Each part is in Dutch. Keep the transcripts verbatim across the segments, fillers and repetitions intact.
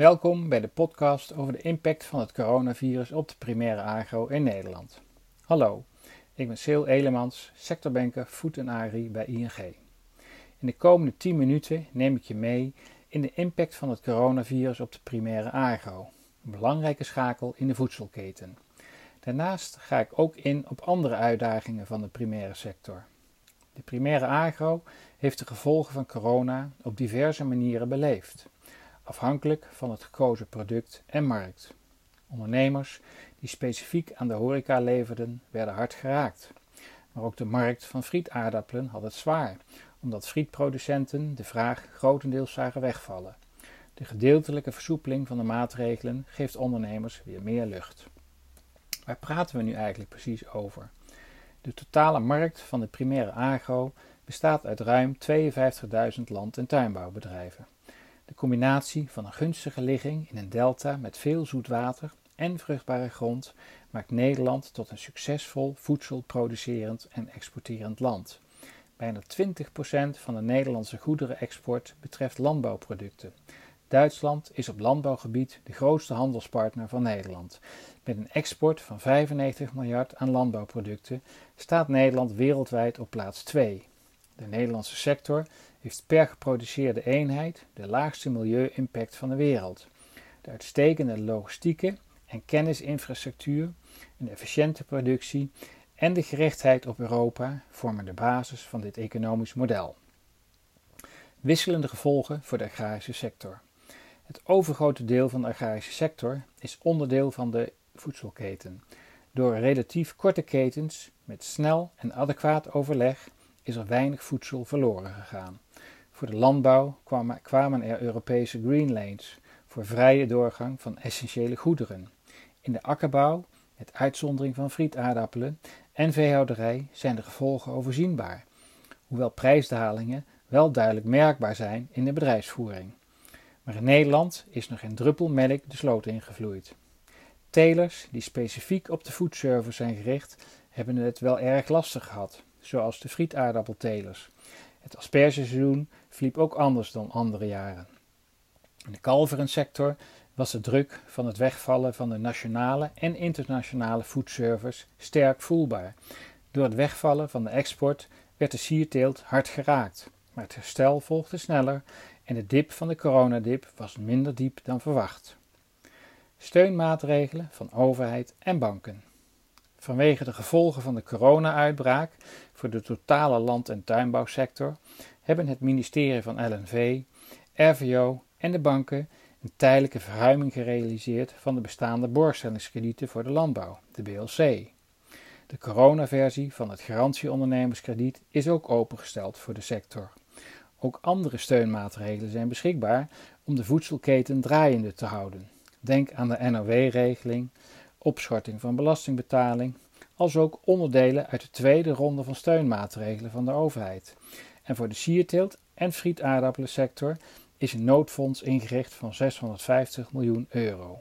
Welkom bij de podcast over de impact van het coronavirus op de primaire agro in Nederland. Hallo, ik ben Sil Elemans, sectorbanker Food en Agri bij I N G. In de komende tien minuten neem ik je mee in de impact van het coronavirus op de primaire agro, een belangrijke schakel in de voedselketen. Daarnaast ga ik ook in op andere uitdagingen van de primaire sector. De primaire agro heeft de gevolgen van corona op diverse manieren beleefd, afhankelijk van het gekozen product en markt. Ondernemers die specifiek aan de horeca leverden, werden hard geraakt. Maar ook de markt van frietaardappelen had het zwaar, omdat frietproducenten de vraag grotendeels zagen wegvallen. De gedeeltelijke versoepeling van de maatregelen geeft ondernemers weer meer lucht. Waar praten we nu eigenlijk precies over? De totale markt van de primaire agro bestaat uit ruim tweeënvijftigduizend land- en tuinbouwbedrijven. De combinatie van een gunstige ligging in een delta met veel zoet water en vruchtbare grond maakt Nederland tot een succesvol voedselproducerend en exporterend land. Bijna twintig procent van de Nederlandse goederenexport betreft landbouwproducten. Duitsland is op landbouwgebied de grootste handelspartner van Nederland. Met een export van vijfennegentig miljard aan landbouwproducten staat Nederland wereldwijd op plaats twee. De Nederlandse sector heeft per geproduceerde eenheid de laagste milieu-impact van de wereld. De uitstekende logistieke en kennisinfrastructuur, een efficiënte productie en de gerichtheid op Europa vormen de basis van dit economisch model. Wisselende gevolgen voor de agrarische sector. Het overgrote deel van de agrarische sector is onderdeel van de voedselketen. Door relatief korte ketens met snel en adequaat overleg is er weinig voedsel verloren gegaan. Voor de landbouw kwamen er Europese green lanes voor vrije doorgang van essentiële goederen. In de akkerbouw, met uitzondering van frietaardappelen en veehouderij, zijn de gevolgen overzienbaar, hoewel prijsdalingen wel duidelijk merkbaar zijn in de bedrijfsvoering. Maar in Nederland is nog geen druppel melk de sloot ingevloeid. Telers die specifiek op de foodservice zijn gericht, hebben het wel erg lastig gehad, zoals de frietaardappeltelers. Het aspergeseizoen verliep ook anders dan andere jaren. In de kalverensector was de druk van het wegvallen van de nationale en internationale foodservice sterk voelbaar. Door het wegvallen van de export werd de sierteelt hard geraakt, maar het herstel volgde sneller en de dip van de coronadip was minder diep dan verwacht. Steunmaatregelen van overheid en banken. Vanwege de gevolgen van de corona-uitbraak voor de totale land- en tuinbouwsector hebben het ministerie van L N V, R V O en de banken een tijdelijke verruiming gerealiseerd van de bestaande borgstellingskredieten voor de landbouw, de B L C. De coronaversie van het garantieondernemerskrediet is ook opengesteld voor de sector. Ook andere steunmaatregelen zijn beschikbaar om de voedselketen draaiende te houden. Denk aan de N O W-regeling, opschorting van belastingbetaling, als ook onderdelen uit de tweede ronde van steunmaatregelen van de overheid. En voor de sierteelt en frietaardappelensector is een noodfonds ingericht van zeshonderdvijftig miljoen euro.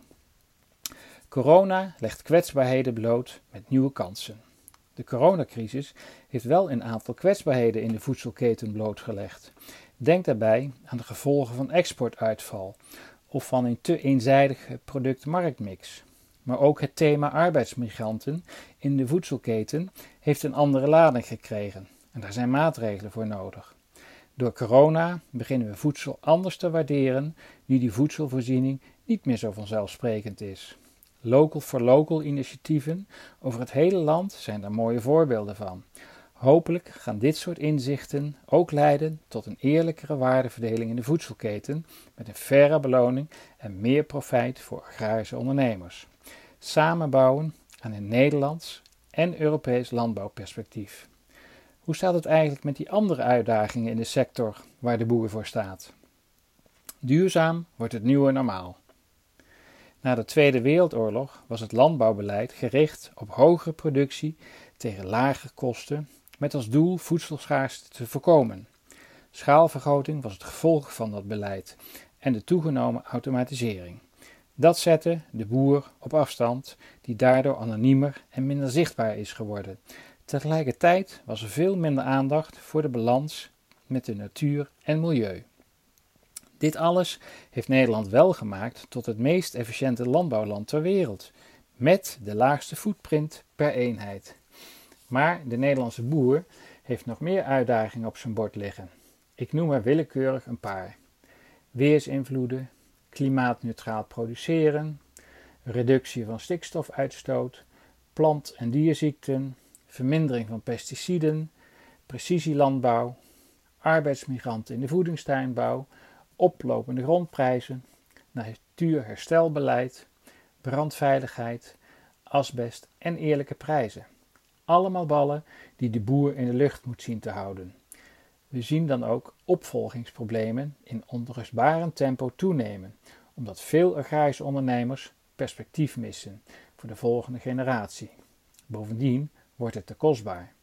Corona legt kwetsbaarheden bloot met nieuwe kansen. De coronacrisis heeft wel een aantal kwetsbaarheden in de voedselketen blootgelegd. Denk daarbij aan de gevolgen van exportuitval of van een te eenzijdige product-marktmix. Maar ook het thema arbeidsmigranten in de voedselketen heeft een andere lading gekregen en daar zijn maatregelen voor nodig. Door corona beginnen we voedsel anders te waarderen, nu die voedselvoorziening niet meer zo vanzelfsprekend is. Local for local initiatieven over het hele land zijn daar mooie voorbeelden van. Hopelijk gaan dit soort inzichten ook leiden tot een eerlijkere waardeverdeling in de voedselketen met een faire beloning en meer profijt voor agrarische ondernemers. Samenbouwen aan een Nederlands en Europees landbouwperspectief. Hoe staat het eigenlijk met die andere uitdagingen in de sector waar de boer voor staat? Duurzaam wordt het nieuwe normaal. Na de Tweede Wereldoorlog was het landbouwbeleid gericht op hogere productie tegen lagere kosten met als doel voedselschaarste te voorkomen. Schaalvergroting was het gevolg van dat beleid en de toegenomen automatisering. Dat zette de boer op afstand, die daardoor anoniemer en minder zichtbaar is geworden. Tegelijkertijd was er veel minder aandacht voor de balans met de natuur en milieu. Dit alles heeft Nederland wel gemaakt tot het meest efficiënte landbouwland ter wereld, met de laagste footprint per eenheid. Maar de Nederlandse boer heeft nog meer uitdagingen op zijn bord liggen. Ik noem er willekeurig een paar. Weersinvloeden, klimaatneutraal produceren, reductie van stikstofuitstoot, plant- en dierziekten, vermindering van pesticiden, precisielandbouw, arbeidsmigranten in de voedingstuinbouw, oplopende grondprijzen, natuurherstelbeleid, brandveiligheid, asbest en eerlijke prijzen. Allemaal ballen die de boer in de lucht moet zien te houden. We zien dan ook opvolgingsproblemen in onrustbarend tempo toenemen, omdat veel agrarische ondernemers perspectief missen voor de volgende generatie. Bovendien wordt het te kostbaar.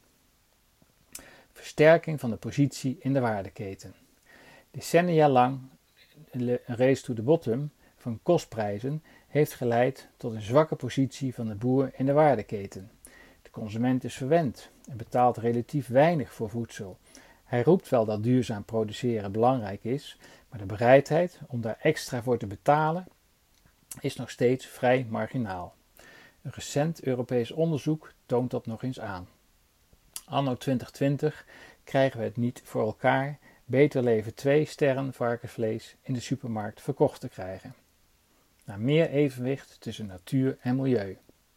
Versterking van de positie in de waardeketen. Decennia lang een race to the bottom van kostprijzen heeft geleid tot een zwakke positie van de boer in de waardeketen. De consument is verwend en betaalt relatief weinig voor voedsel. Hij roept wel dat duurzaam produceren belangrijk is, maar de bereidheid om daar extra voor te betalen is nog steeds vrij marginaal. Een recent Europees onderzoek toont dat nog eens aan. Anno twintig twintig krijgen we het niet voor elkaar Beter Leven twee sterren varkensvlees in de supermarkt verkocht te krijgen. Naar meer evenwicht tussen natuur en milieu.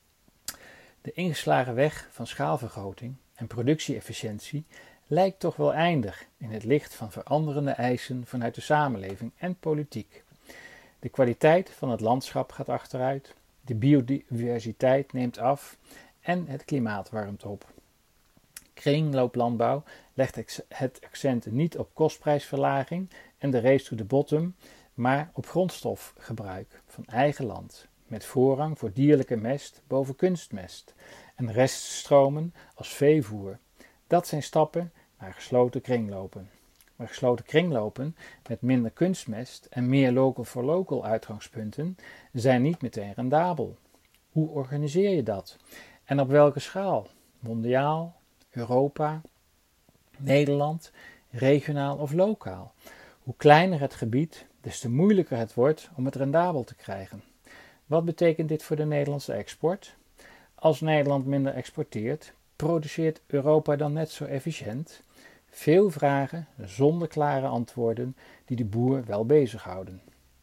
De ingeslagen weg van schaalvergroting en productie-efficiëntie lijkt toch wel eindig in het licht van veranderende eisen vanuit de samenleving en politiek. De kwaliteit van het landschap gaat achteruit, de biodiversiteit neemt af en het klimaat warmt op. Kringlooplandbouw legt het accent niet op kostprijsverlaging en de race to the bottom, maar op grondstofgebruik van eigen land, met voorrang voor dierlijke mest boven kunstmest en reststromen als veevoer. Dat zijn stappen naar gesloten kringlopen. Maar gesloten kringlopen met minder kunstmest en meer local-for-local uitgangspunten zijn niet meteen rendabel. Hoe organiseer je dat? En op welke schaal? Mondiaal, Europa, Nederland, regionaal of lokaal? Hoe kleiner het gebied, des te moeilijker het wordt om het rendabel te krijgen. Wat betekent dit voor de Nederlandse export? Als Nederland minder exporteert, produceert Europa dan net zo efficiënt? Veel vragen zonder klare antwoorden die de boer wel bezighouden.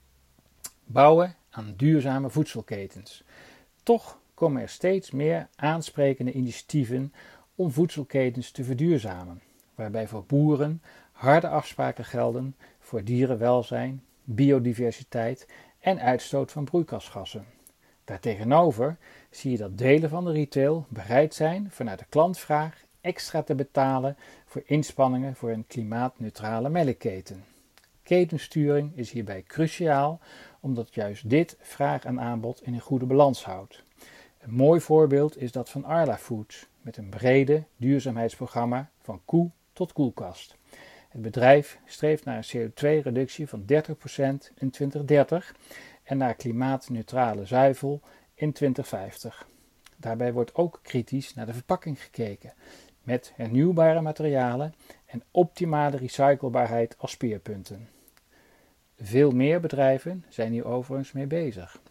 Bouwen aan duurzame voedselketens. Toch komen er steeds meer aansprekende initiatieven om voedselketens te verduurzamen, waarbij voor boeren harde afspraken gelden voor dierenwelzijn, biodiversiteit en uitstoot van broeikasgassen. Daartegenover zie je dat delen van de retail bereid zijn vanuit de klantvraag extra te betalen voor inspanningen voor een klimaatneutrale melkketen. Ketensturing is hierbij cruciaal, omdat juist dit vraag en aanbod in een goede balans houdt. Een mooi voorbeeld is dat van Arla Foods, met een brede duurzaamheidsprogramma van koe tot koelkast. Het bedrijf streeft naar een C O twee reductie van dertig procent in twintig dertig en naar klimaatneutrale zuivel in twintig vijftig. Daarbij wordt ook kritisch naar de verpakking gekeken, met hernieuwbare materialen en optimale recyclebaarheid als speerpunten. Veel meer bedrijven zijn hier overigens mee bezig.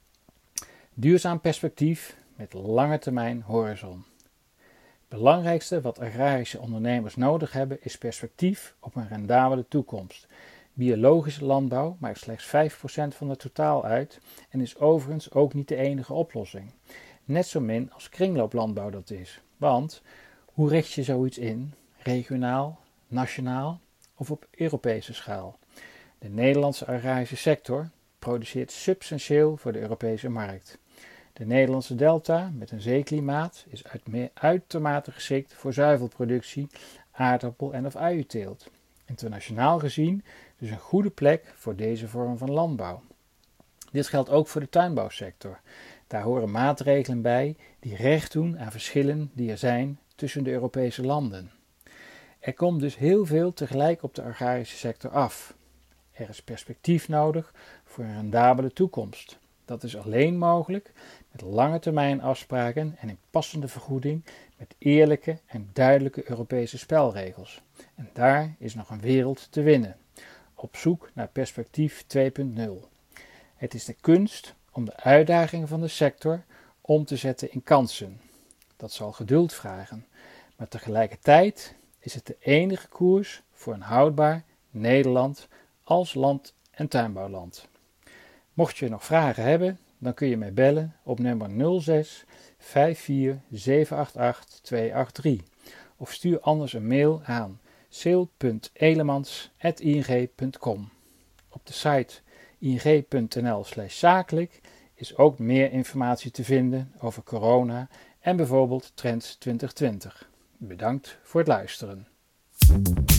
Duurzaam perspectief met lange termijn horizon. Het belangrijkste wat agrarische ondernemers nodig hebben is perspectief op een rendabele toekomst. Biologische landbouw maakt slechts vijf procent van het totaal uit en is overigens ook niet de enige oplossing. Net zo min als kringlooplandbouw dat is. Want hoe richt je zoiets in? Regionaal, nationaal of op Europese schaal? De Nederlandse agrarische sector produceert substantieel voor de Europese markt. De Nederlandse delta met een zeeklimaat is uitermate geschikt voor zuivelproductie, aardappel- en of uienteelt. Internationaal gezien dus een goede plek voor deze vorm van landbouw. Dit geldt ook voor de tuinbouwsector. Daar horen maatregelen bij die recht doen aan verschillen die er zijn tussen de Europese landen. Er komt dus heel veel tegelijk op de agrarische sector af. Er is perspectief nodig voor een rendabele toekomst. Dat is alleen mogelijk met lange termijn afspraken en een passende vergoeding met eerlijke en duidelijke Europese spelregels. En daar is nog een wereld te winnen. op zoek naar perspectief twee punt nul. Het is de kunst om de uitdagingen van de sector om te zetten in kansen. Dat zal geduld vragen, maar tegelijkertijd is het de enige koers voor een houdbaar Nederland als land- en tuinbouwland. Mocht je nog vragen hebben, dan kun je mij bellen op nummer nul zes vijf vier zeven acht acht twee acht drie of stuur anders een mail aan sil punt elemans apenstaartje i n g punt com. Op de site i n g punt n l slash zakelijk is ook meer informatie te vinden over corona en bijvoorbeeld Trends twintig twintig. Bedankt voor het luisteren.